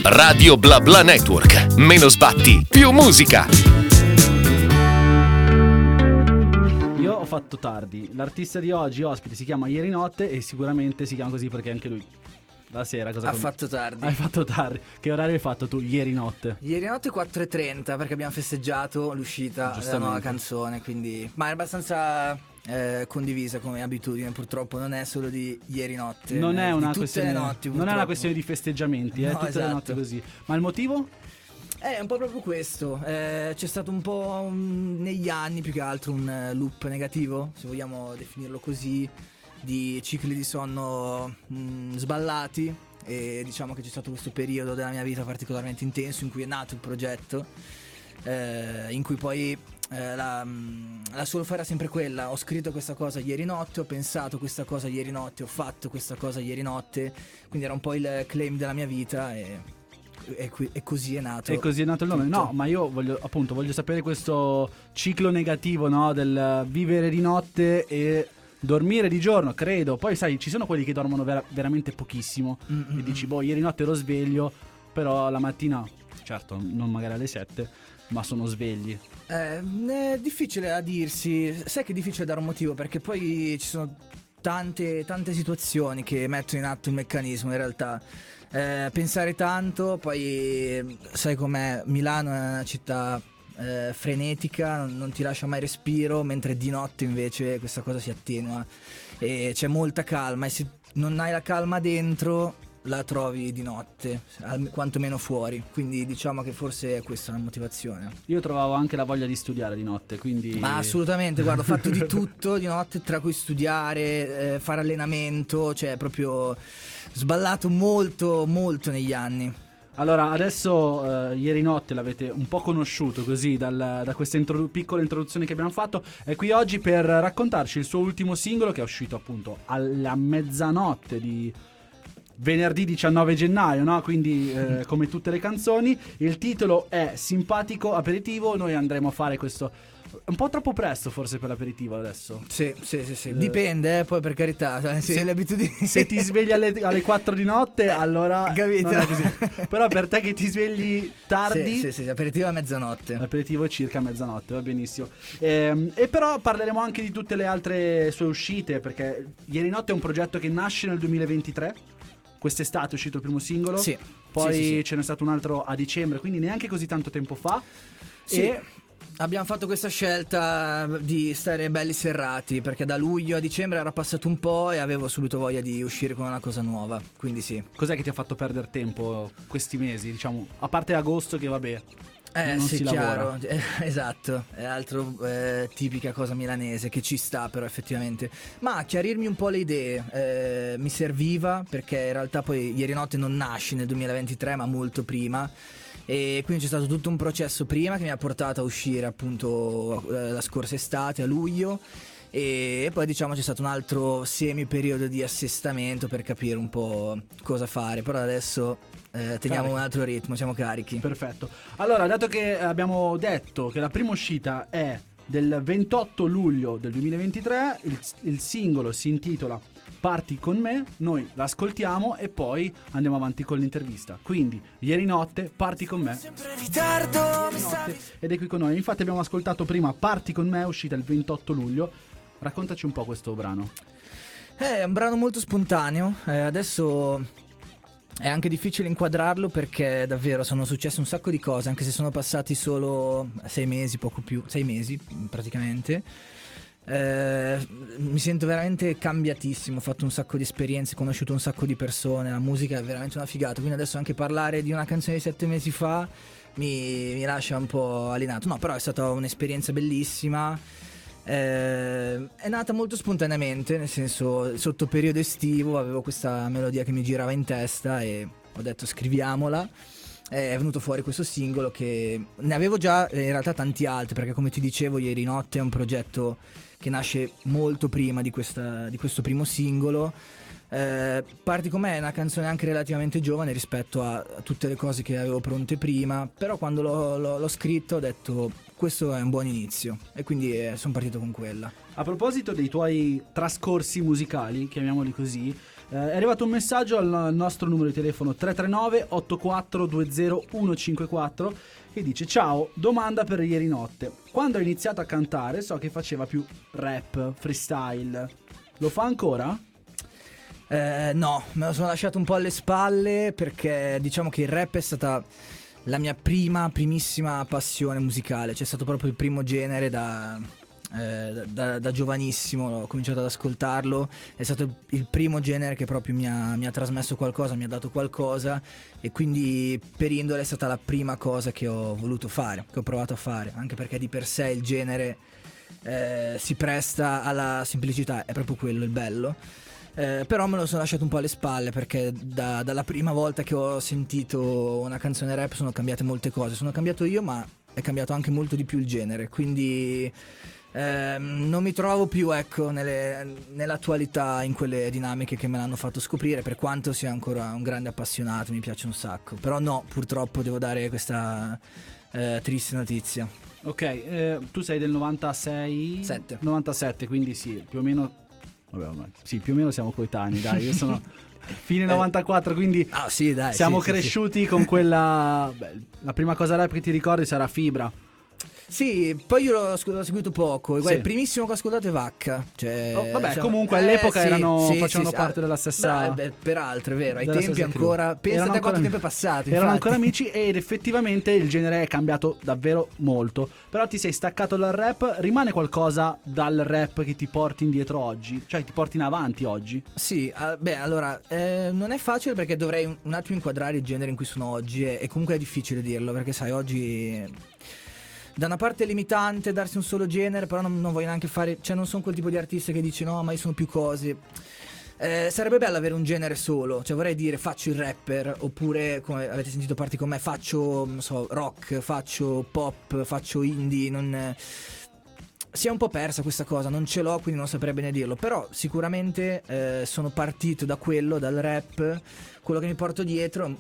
Radio Bla Bla Network. Meno sbatti, più musica. Io ho fatto tardi. L'artista di oggi, ospite, si chiama Ieri Notte e sicuramente si chiama così perché anche lui la sera fatto tardi. Hai fatto tardi. Che orario hai fatto tu ieri notte? Ieri notte 4:30 perché abbiamo festeggiato l'uscita della nuova canzone, quindi ma è abbastanza condivisa come abitudine, purtroppo non è solo di ieri notte. Non è una tutte questione, le notti, non è una questione di festeggiamenti, No, tutte le notti esatto. così. Ma il motivo? È un po' proprio questo, c'è stato un po' negli anni più che altro un loop negativo, se vogliamo definirlo così, di cicli di sonno sballati, e diciamo che c'è stato questo periodo della mia vita particolarmente intenso in cui è nato il progetto, in cui poi la solfa era sempre quella: ho scritto questa cosa ieri notte, ho pensato questa cosa ieri notte, ho fatto questa cosa ieri notte, quindi era un po' il claim della mia vita e così è nato. E così è nato il nome. tutto. No, ma io voglio sapere questo ciclo negativo, no? Del vivere di notte e dormire di giorno, credo. Poi sai, ci sono quelli che dormono veramente pochissimo e dici, boh, ieri notte ero sveglio, però la mattina, certo, non magari alle 7, ma sono svegli. È difficile a dirsi, sai che è difficile dare un motivo, perché poi ci sono tante situazioni che mettono in atto il meccanismo in realtà. Pensare tanto, poi sai com'è, Milano è una città frenetica, non ti lascia mai respiro, mentre di notte invece questa cosa si attenua e c'è molta calma, e se non hai la calma dentro la trovi di notte, quantomeno fuori, quindi diciamo che forse è questa la motivazione. Io trovavo anche la voglia di studiare di notte, quindi... Ma assolutamente, guarda, ho fatto di tutto di notte, tra cui studiare, fare allenamento, cioè proprio sballato molto negli anni. Allora, adesso ieri notte l'avete un po' conosciuto così da questa piccola introduzione che abbiamo fatto. È qui oggi per raccontarci il suo ultimo singolo, che è uscito appunto alla mezzanotte di venerdì 19 gennaio, no? Quindi come tutte le canzoni. Il titolo è Simpatico Aperitivo. Noi andremo a fare questo un po' troppo presto forse per l'aperitivo adesso. Sì. Dipende, poi per carità, le abitudini. Se ti svegli alle 4 di notte, allora capito? non è così. Però per te che ti svegli tardi, Sì, aperitivo a mezzanotte. l'aperitivo è circa mezzanotte, va benissimo. E però parleremo anche di tutte le altre sue uscite, perché Ieri Notte è un progetto che nasce nel 2023. Quest'estate è uscito il primo singolo. Sì. Poi Sì. ce n'è stato un altro a dicembre, quindi neanche così tanto tempo fa. Sì. E abbiamo fatto questa scelta di stare belli serrati, perché da luglio a dicembre era passato un po' e avevo subito voglia di uscire con una cosa nuova, quindi sì. cos'è che ti ha fatto perdere tempo questi mesi? Diciamo, a parte agosto che vabbè, non Sì, si lavora. chiaro, esatto, è altro tipica cosa milanese che ci sta però effettivamente. Ma chiarirmi un po' le idee mi serviva, perché in realtà poi Ieri Notte non nasce nel 2023 ma molto prima, e quindi c'è stato tutto un processo prima che mi ha portato a uscire appunto la scorsa estate, a luglio, e poi diciamo c'è stato un altro semi periodo di assestamento per capire un po' cosa fare, però adesso teniamo un altro ritmo, siamo carichi. Perfetto. Allora, dato che abbiamo detto che la prima uscita è del 28 luglio del 2023, il singolo si intitola Parti con me, noi l'ascoltiamo e poi andiamo avanti con l'intervista. Quindi, Ieri Notte, Parti con me. Notte, ed è qui con noi. Infatti abbiamo ascoltato prima Parti con me, uscita il 28 luglio. Raccontaci un po' questo brano. È un brano molto spontaneo, adesso è anche difficile inquadrarlo perché davvero sono successe un sacco di cose, anche se sono passati solo 6 mesi, poco più, 6 mesi praticamente. Mi sento veramente cambiatissimo, ho fatto un sacco di esperienze, conosciuto un sacco di persone, la musica è veramente una figata, quindi adesso anche parlare di una canzone di 7 mesi fa mi lascia un po' alienato. No, però è stata un'esperienza bellissima. È nata molto spontaneamente, nel senso, sotto periodo estivo avevo questa melodia che mi girava in testa e ho detto scriviamola. È venuto fuori questo singolo, che ne avevo già in realtà tanti altri, perché come ti dicevo Ieri Notte è un progetto che nasce molto prima di questo primo singolo. Parti con me è una canzone anche relativamente giovane rispetto a tutte le cose che avevo pronte prima, però quando l'ho scritto ho detto questo è un buon inizio, e quindi sono partito con quella. A proposito dei tuoi trascorsi musicali, chiamiamoli così, È arrivato un messaggio al nostro numero di telefono 339 8420 154 che dice: ciao, domanda per ieri notte. Quando ho iniziato a cantare so che faceva più rap, freestyle. Lo fa ancora? No, me lo sono lasciato un po' alle spalle perché diciamo che il rap è stata la mia primissima passione musicale. C'è stato proprio il primo genere da giovanissimo, ho cominciato ad ascoltarlo, è stato il primo genere che proprio mi ha trasmesso qualcosa, mi ha dato qualcosa, e quindi per indole è stata la prima cosa che ho voluto fare, che ho provato a fare, anche perché di per sé il genere si presta alla semplicità, è proprio quello il bello. Però me lo sono lasciato un po' alle spalle perché dalla prima volta che ho sentito una canzone rap sono cambiate molte cose. Sono cambiato io, ma è cambiato anche molto di più il genere, quindi non mi trovo più, ecco, nell'attualità in quelle dinamiche che me l'hanno fatto scoprire, per quanto sia ancora un grande appassionato, mi piace un sacco. Però no, purtroppo devo dare questa triste notizia. Ok, tu sei del 96? 97, quindi sì, più o meno. Vabbè, sì, più o meno siamo coetanei, dai. Io sono fine 94, quindi sì, dai, siamo sì, cresciuti sì. con quella. Beh, la prima cosa rap che ti ricordi sarà Fibra. Sì, poi io l'ho seguito poco. Guarda, Sì. il primissimo che ho ascoltato è Vacca. Cioè, vabbè, comunque all'epoca sì, facevano parte della stessa. Peraltro, è vero, ai della tempi stessa ancora. Pensate a quanto tempo è passato. Erano infatti. ancora amici ed effettivamente il genere è cambiato davvero molto. Però ti sei staccato dal rap. Rimane qualcosa dal rap che ti porti indietro oggi? Cioè ti porti in avanti oggi? Sì, allora non è facile perché dovrei un attimo inquadrare il genere in cui sono oggi, e comunque è difficile dirlo perché sai, oggi da una parte è limitante darsi un solo genere, però non voglio neanche fare, cioè non sono quel tipo di artista che dice no, ma io sono più cose. Sarebbe bello avere un genere solo, cioè vorrei dire faccio il rapper, oppure come avete sentito parti con me, faccio, non so, rock, faccio pop, faccio indie. Si è un po' persa questa cosa, non ce l'ho, quindi non saprei bene dirlo. Però sicuramente sono partito da quello, dal rap. Quello che mi porto dietro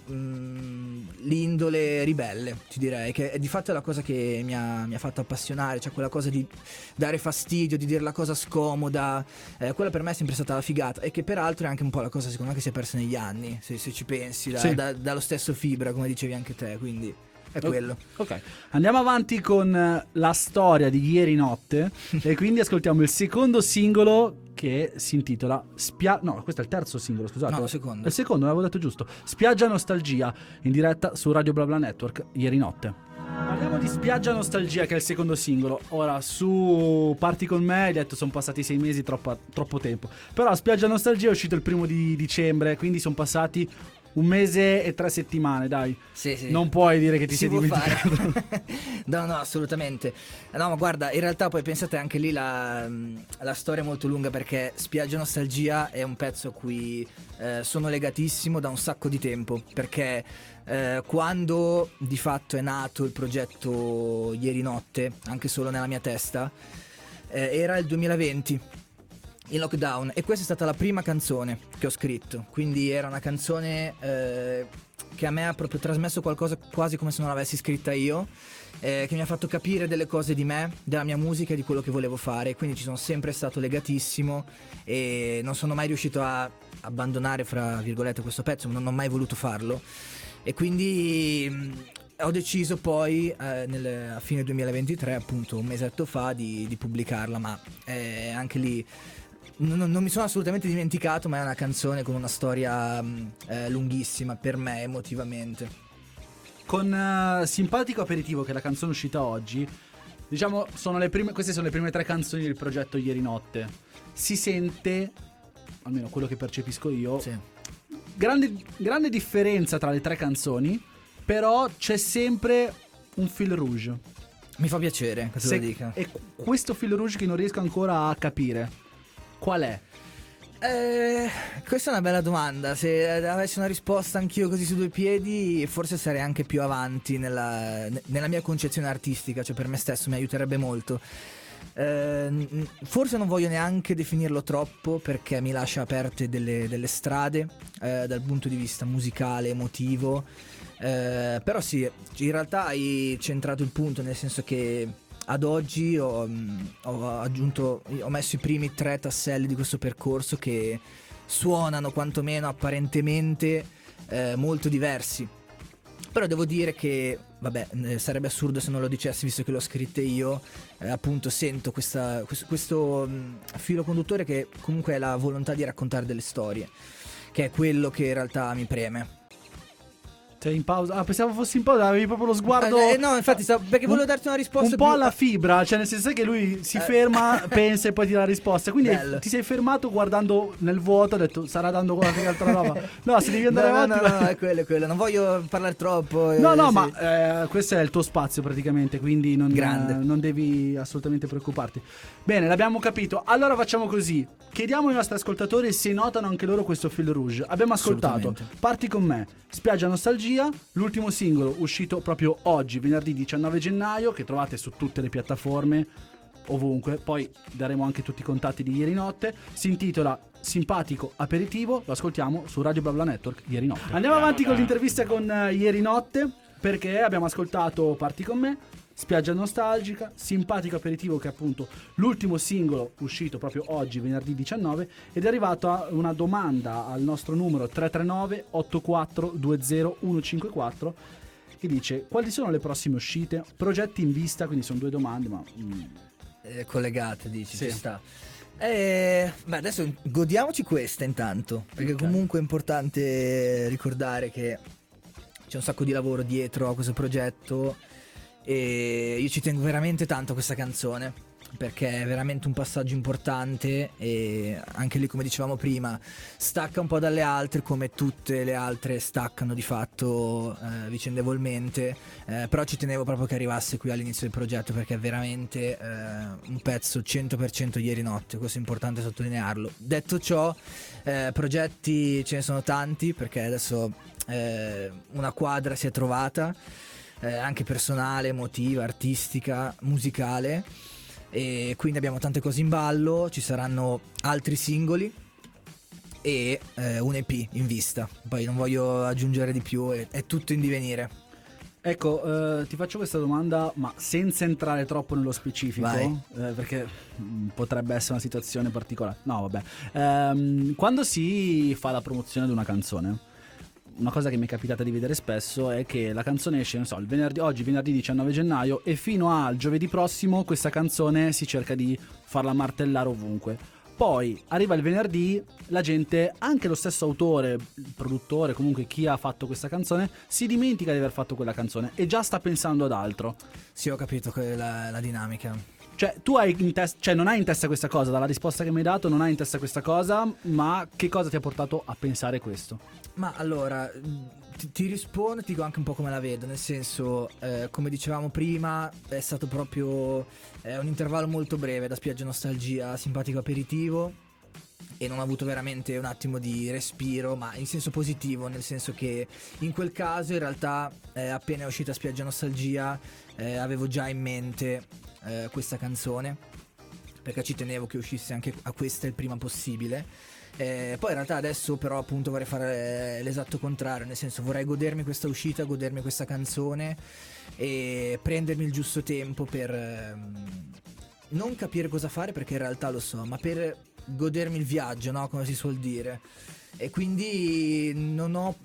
l'indole ribelle, ti direi, che è di fatto la cosa che mi ha fatto appassionare, cioè quella cosa di dare fastidio, di dire la cosa scomoda, quella per me è sempre stata la figata, e che peraltro è anche un po' la cosa secondo me che si è persa negli anni, se ci pensi, sì. dallo stesso Fibra, come dicevi anche te, quindi è quello. Ok, andiamo avanti con la storia di ieri notte e quindi ascoltiamo il secondo singolo che si intitola no, questo è il terzo singolo, scusate. No, il secondo. Il secondo, l'avevo detto giusto. Spiaggia Nostalgia, in diretta su Radio BlaBla Network ieri notte. Parliamo di Spiaggia Nostalgia, che è il secondo singolo. Ora, su Parti con me hai detto sono passati 6 mesi, troppo tempo. Però Spiaggia Nostalgia è uscito il 1° di dicembre, quindi sono passati 1 mese e 3 settimane, dai. Sì. Non puoi dire che ti sei può dimenticato. fare. No, assolutamente. No, ma guarda, in realtà poi pensate anche lì la storia è molto lunga, perché Spiaggia Nostalgia è un pezzo a cui sono legatissimo da un sacco di tempo, perché quando di fatto è nato il progetto Ieri Notte, anche solo nella mia testa, era il 2020. In lockdown, e questa è stata la prima canzone che ho scritto, quindi era una canzone che a me ha proprio trasmesso qualcosa quasi come se non l'avessi scritta io, che mi ha fatto capire delle cose di me, della mia musica e di quello che volevo fare, quindi ci sono sempre stato legatissimo e non sono mai riuscito a abbandonare, fra virgolette, questo pezzo, non ho mai voluto farlo, e quindi ho deciso poi a fine 2023, appunto un mesetto fa, di pubblicarla, ma anche lì non mi sono assolutamente dimenticato, ma è una canzone con una storia lunghissima per me emotivamente. Con Simpatico Aperitivo, che è la canzone uscita oggi, diciamo queste sono le prime 3 canzoni del progetto Ieri Notte. Si sente, almeno quello che percepisco io, Sì. grande differenza tra le 3 canzoni, però c'è sempre un fil rouge. Mi fa piacere che te lo dica. E questo fil rouge che non riesco ancora a capire qual è? Questa è una bella domanda. Se avessi una risposta anch'io così su 2 piedi, forse sarei anche più avanti nella mia concezione artistica, cioè per me stesso mi aiuterebbe molto. Forse non voglio neanche definirlo troppo, perché mi lascia aperte delle strade dal punto di vista musicale, emotivo, però sì, in realtà hai centrato il punto, nel senso che ad oggi ho messo i primi 3 tasselli di questo percorso che suonano quantomeno apparentemente molto diversi. Però devo dire che, vabbè, sarebbe assurdo se non lo dicessi visto che l'ho scritta io, appunto sento questo filo conduttore che comunque è la volontà di raccontare delle storie, che è quello che in realtà mi preme. Sei in pausa? Ah, pensavo fossi in pausa, avevi proprio lo sguardo. No, infatti, perché volevo darti una risposta un po' più alla fibra, cioè nel senso che lui si ferma, pensa e poi ti dà la risposta. Quindi ti sei fermato guardando nel vuoto, ho detto sarà dando qualche altra roba. No, se devi andare avanti. No, è quello. Non voglio parlare troppo. No, sì. ma questo è il tuo spazio praticamente, quindi non devi assolutamente preoccuparti. Bene, l'abbiamo capito. Allora facciamo così. Chiediamo ai nostri ascoltatori se notano anche loro questo fil rouge. Abbiamo ascoltato Parti con me, Spiaggia Nostalgia, l'ultimo singolo uscito proprio oggi, venerdì 19 gennaio, che trovate su tutte le piattaforme, ovunque. Poi daremo anche tutti i contatti di ieri notte. Si intitola Simpatico Aperitivo, lo ascoltiamo su Radio BlaBla Network ieri notte. Andiamo avanti con l'intervista con ieri notte, perché abbiamo ascoltato Parti con me, Spiaggia Nostalgica, Simpatico Aperitivo, che è appunto l'ultimo singolo uscito proprio oggi, venerdì 19, ed è arrivata una domanda al nostro numero 339 8420 154 che dice: quali sono le prossime uscite, progetti in vista? Quindi sono due domande, ma collegate, dici, sì. Ci sta. Beh, adesso godiamoci questa intanto, perché comunque è importante ricordare che c'è un sacco di lavoro dietro a questo progetto e io ci tengo veramente tanto a questa canzone, perché è veramente un passaggio importante e anche lì, come dicevamo prima, stacca un po' dalle altre, come tutte le altre staccano di fatto vicendevolmente, però ci tenevo proprio che arrivasse qui all'inizio del progetto, perché è veramente un pezzo 100% ieri notte, questo è importante sottolinearlo. Detto ciò, progetti ce ne sono tanti, perché adesso una quadra si è trovata, anche personale, emotiva, artistica, musicale, e quindi abbiamo tante cose in ballo. Ci saranno altri singoli e un EP in vista, poi non voglio aggiungere di più, è tutto in divenire. Ecco, ti faccio questa domanda, ma senza entrare troppo nello specifico, perché potrebbe essere una situazione particolare. No, vabbè. Quando si fa la promozione di una canzone, una cosa che mi è capitata di vedere spesso è che la canzone esce, non so, oggi venerdì 19 gennaio, e fino al giovedì prossimo questa canzone si cerca di farla martellare ovunque. Poi arriva il venerdì, la gente, anche lo stesso autore, il produttore, comunque chi ha fatto questa canzone, si dimentica di aver fatto quella canzone e già sta pensando ad altro. Sì, ho capito la dinamica. Cioè, tu hai in testa, cioè non hai in testa questa cosa, dalla risposta che mi hai dato non hai in testa questa cosa, ma che cosa ti ha portato a pensare questo? Ma allora, ti rispondo, ti dico anche un po' come la vedo, nel senso, come dicevamo prima, è stato proprio un intervallo molto breve da Spiaggia Nostalgia a Simpatico Aperitivo, e non ho avuto veramente un attimo di respiro, ma in senso positivo, nel senso che in quel caso in realtà appena è uscita Spiaggia Nostalgia avevo già in mente questa canzone, perché ci tenevo che uscisse anche a questa il prima possibile. Poi in realtà adesso però appunto vorrei fare l'esatto contrario, nel senso vorrei godermi questa uscita, godermi questa canzone e prendermi il giusto tempo per non capire cosa fare, perché in realtà lo so, ma per godermi il viaggio, no? Come si suol dire. E quindi non ho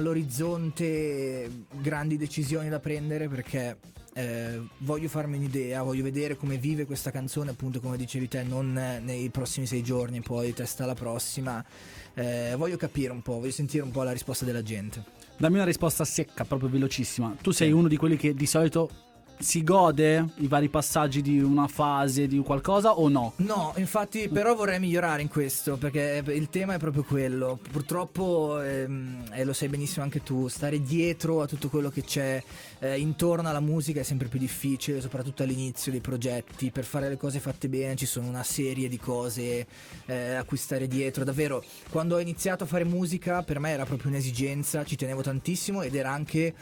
all'orizzonte grandi decisioni da prendere, perché voglio farmi un'idea, voglio vedere come vive questa canzone, appunto come dicevi te, non nei prossimi 6 giorni, poi testa alla prossima. Voglio capire un po', voglio sentire un po' la risposta della gente. Dammi una risposta secca, proprio velocissima. Tu sei uno di quelli che di solito si gode i vari passaggi di una fase, di qualcosa, o no? No, infatti, però vorrei migliorare in questo, perché il tema è proprio quello. Purtroppo, e lo sai benissimo anche tu, stare dietro a tutto quello che c'è intorno alla musica è sempre più difficile, soprattutto all'inizio dei progetti. Per fare le cose fatte bene ci sono una serie di cose a cui stare dietro. Davvero, quando ho iniziato a fare musica, per me era proprio un'esigenza, ci tenevo tantissimo, ed era anche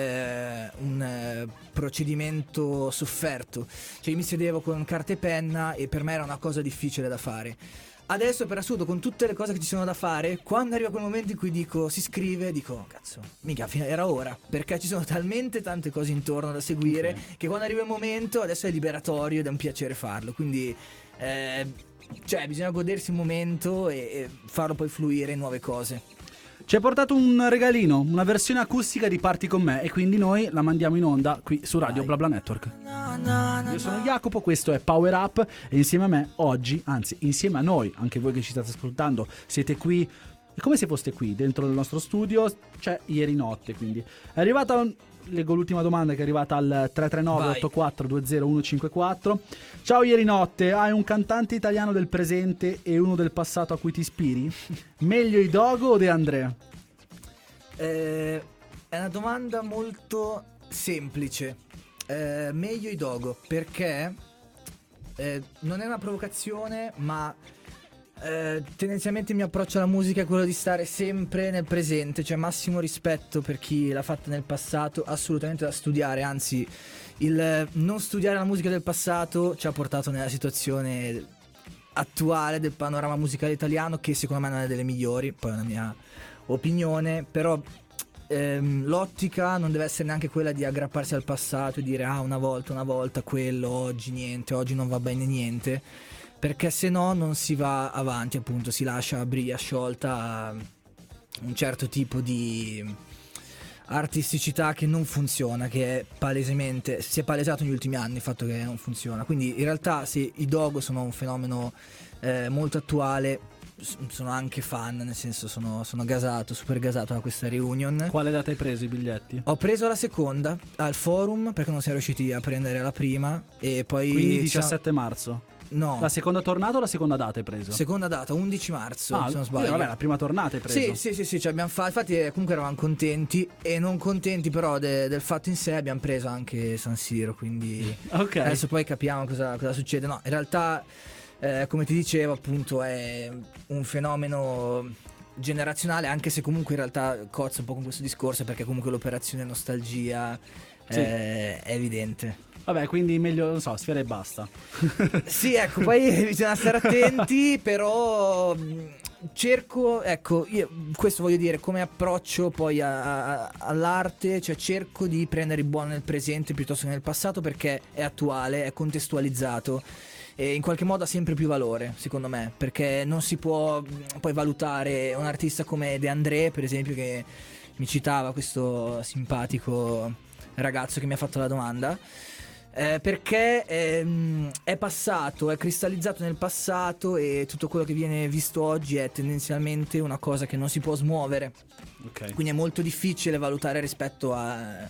un procedimento sofferto, cioè mi sedevo con carta e penna e per me era una cosa difficile da fare. Adesso, per assurdo, con tutte le cose che ci sono da fare, quando arriva quel momento in cui dico si scrive, dico cazzo, mica era ora, perché ci sono talmente tante cose intorno da seguire, che quando arriva il momento adesso è liberatorio ed è un piacere farlo. Quindi cioè bisogna godersi il momento e farlo poi fluire in nuove cose. Ci hai portato un regalino, una versione acustica di Parti con me, e quindi noi la mandiamo in onda qui su Radio BlaBla Network. Io sono Jacopo, questo è Power Up, e insieme a me oggi, anzi insieme a noi, anche voi che ci state ascoltando, siete qui, è come se foste qui dentro il nostro studio, c'è Ieri Notte. Quindi è arrivata, leggo l'ultima domanda che è arrivata al 339-8420-154. Ciao Ieri Notte, hai un cantante italiano del presente e uno del passato a cui ti ispiri? Meglio i Dogo o De André? È una domanda molto semplice. Meglio i Dogo, perché non è una provocazione, ma tendenzialmente il mio approccio alla musica è quello di stare sempre nel presente, cioè massimo rispetto per chi l'ha fatta nel passato, assolutamente da studiare, anzi il non studiare la musica del passato ci ha portato nella situazione attuale del panorama musicale italiano, che secondo me non è delle migliori, poi è una mia opinione, però l'ottica non deve essere neanche quella di aggrapparsi al passato e dire una volta quello, oggi niente, oggi non va bene niente, perché se no non si va avanti, appunto si lascia briglia sciolta un certo tipo di artisticità che non funziona, che è palesemente, si è palesato negli ultimi anni il fatto che non funziona. Quindi in realtà se i Dogo sono un fenomeno molto attuale, sono anche fan, nel senso sono gasato, super gasato da questa reunion. Quale data hai preso i biglietti? Ho preso la seconda al forum perché non siamo riusciti a prendere la prima, e poi Quindi 17 marzo. No, La seconda tornata o la seconda data hai preso? seconda data, 11 marzo, se non sbaglio. Vabbè, la prima tornata hai preso. Sì, ci abbiamo fatto. Infatti, comunque eravamo contenti, e non contenti però del fatto in sé, abbiamo preso anche San Siro. Quindi Ok. adesso poi capiamo cosa succede. No, in realtà, come ti dicevo, appunto, è un fenomeno generazionale, anche se comunque in realtà cozza un po' con questo discorso, perché comunque l'operazione nostalgia è evidente. Vabbè, quindi meglio, non so, sfera e basta. Sì, ecco, poi bisogna stare attenti, però cerco, ecco, io questo voglio dire, come approccio poi all'arte, cioè cerco di prendere il buono nel presente piuttosto che nel passato, perché è attuale, è contestualizzato e in qualche modo ha sempre più valore, secondo me, perché non si può poi valutare un artista come De André, per esempio, che mi citava questo simpatico ragazzo che mi ha fatto la domanda. Perché è passato, è cristallizzato nel passato, e tutto quello che viene visto oggi è tendenzialmente una cosa che non si può smuovere. Ok. Quindi è molto difficile valutare rispetto a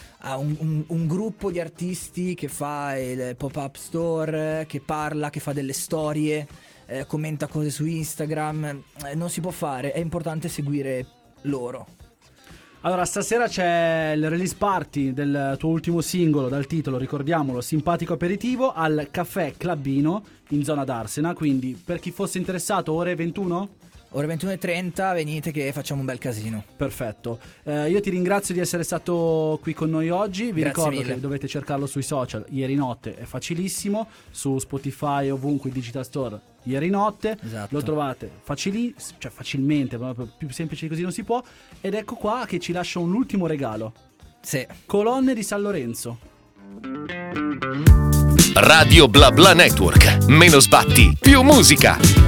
un gruppo di artisti che fa il pop-up store, che parla, che fa delle storie, commenta cose su Instagram. Non si può fare, è importante seguire loro. Allora, stasera c'è il release party del tuo ultimo singolo, dal titolo, ricordiamolo, Simpatico Aperitivo, al Caffè Clubbino in zona d'Arsena. Quindi per chi fosse interessato, ore 21? Ore 21:30, venite che facciamo un bel casino. Perfetto. Io ti ringrazio di essere stato qui con noi oggi. Vi Grazie ricordo mille. che dovete cercarlo sui social. Ieri Notte è facilissimo, su Spotify, ovunque, Digital Store, Ieri Notte. Esatto. Lo trovate facilmente, proprio più semplice di così non si può. Ed ecco qua che ci lascia un ultimo regalo. Sì. Colonne di San Lorenzo. Radio BlaBla Network. Meno sbatti, più musica.